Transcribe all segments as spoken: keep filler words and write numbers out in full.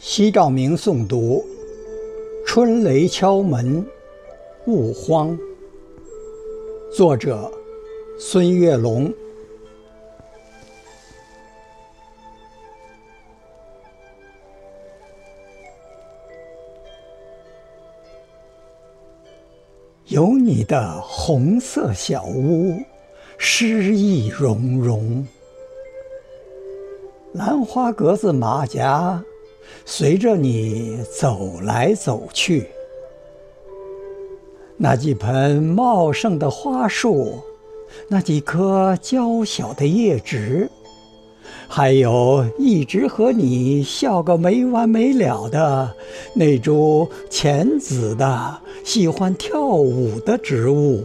西照明诵读《春雷敲门勿慌》，作者孙月龙。有你的红色小屋，诗意融融。兰花格子马甲随着你走来走去，那几盆茂盛的花树，那几棵娇小的叶植，还有一直和你笑个没完没了的那株浅紫的喜欢跳舞的植物。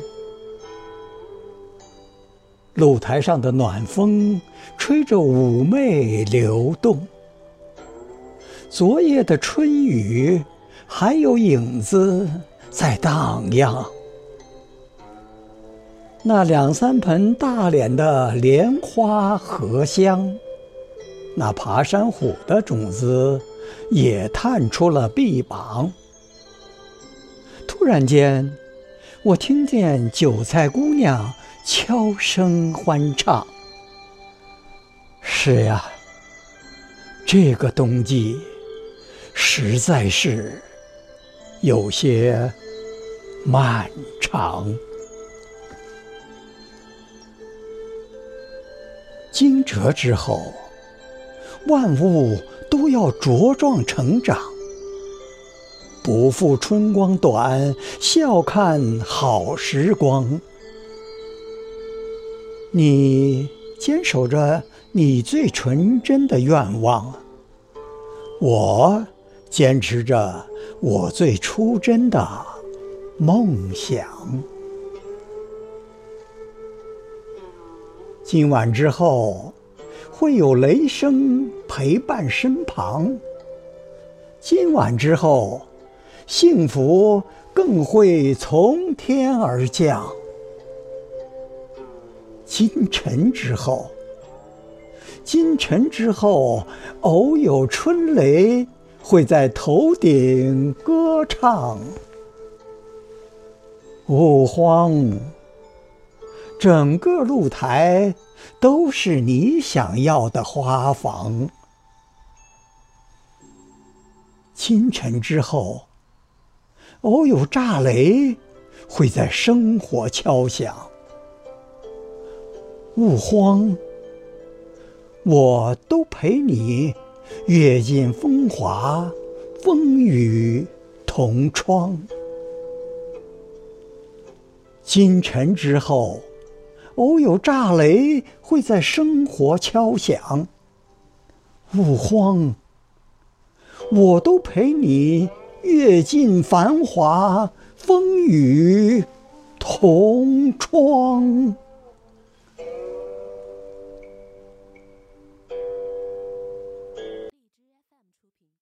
露台上的暖风吹着妩媚流动，昨夜的春雨还有影子在荡漾。那两三盆大脸的莲花荷香，那爬山虎的种子也探出了臂膀。突然间，我听见韭菜姑娘悄声欢唱。是呀，这个冬季实在是有些漫长。惊蛰之后，万物都要茁壮成长，不负春光短，笑看好时光。你坚守着你最纯真的愿望，我坚持着我最出真的梦想。今晚之后，会有雷声陪伴身旁。今晚之后，幸福更会从天而降。今晨之后，今晨之后，偶有春雷会在头顶歌唱。勿慌，整个露台都是你想要的花房。清晨之后，偶有炸雷会在生活敲响。勿慌，我都陪你阅尽风华，风雨同窗。今晨之后，偶有炸雷会在生活敲响。勿慌，我都陪你阅尽繁华，风雨同窗。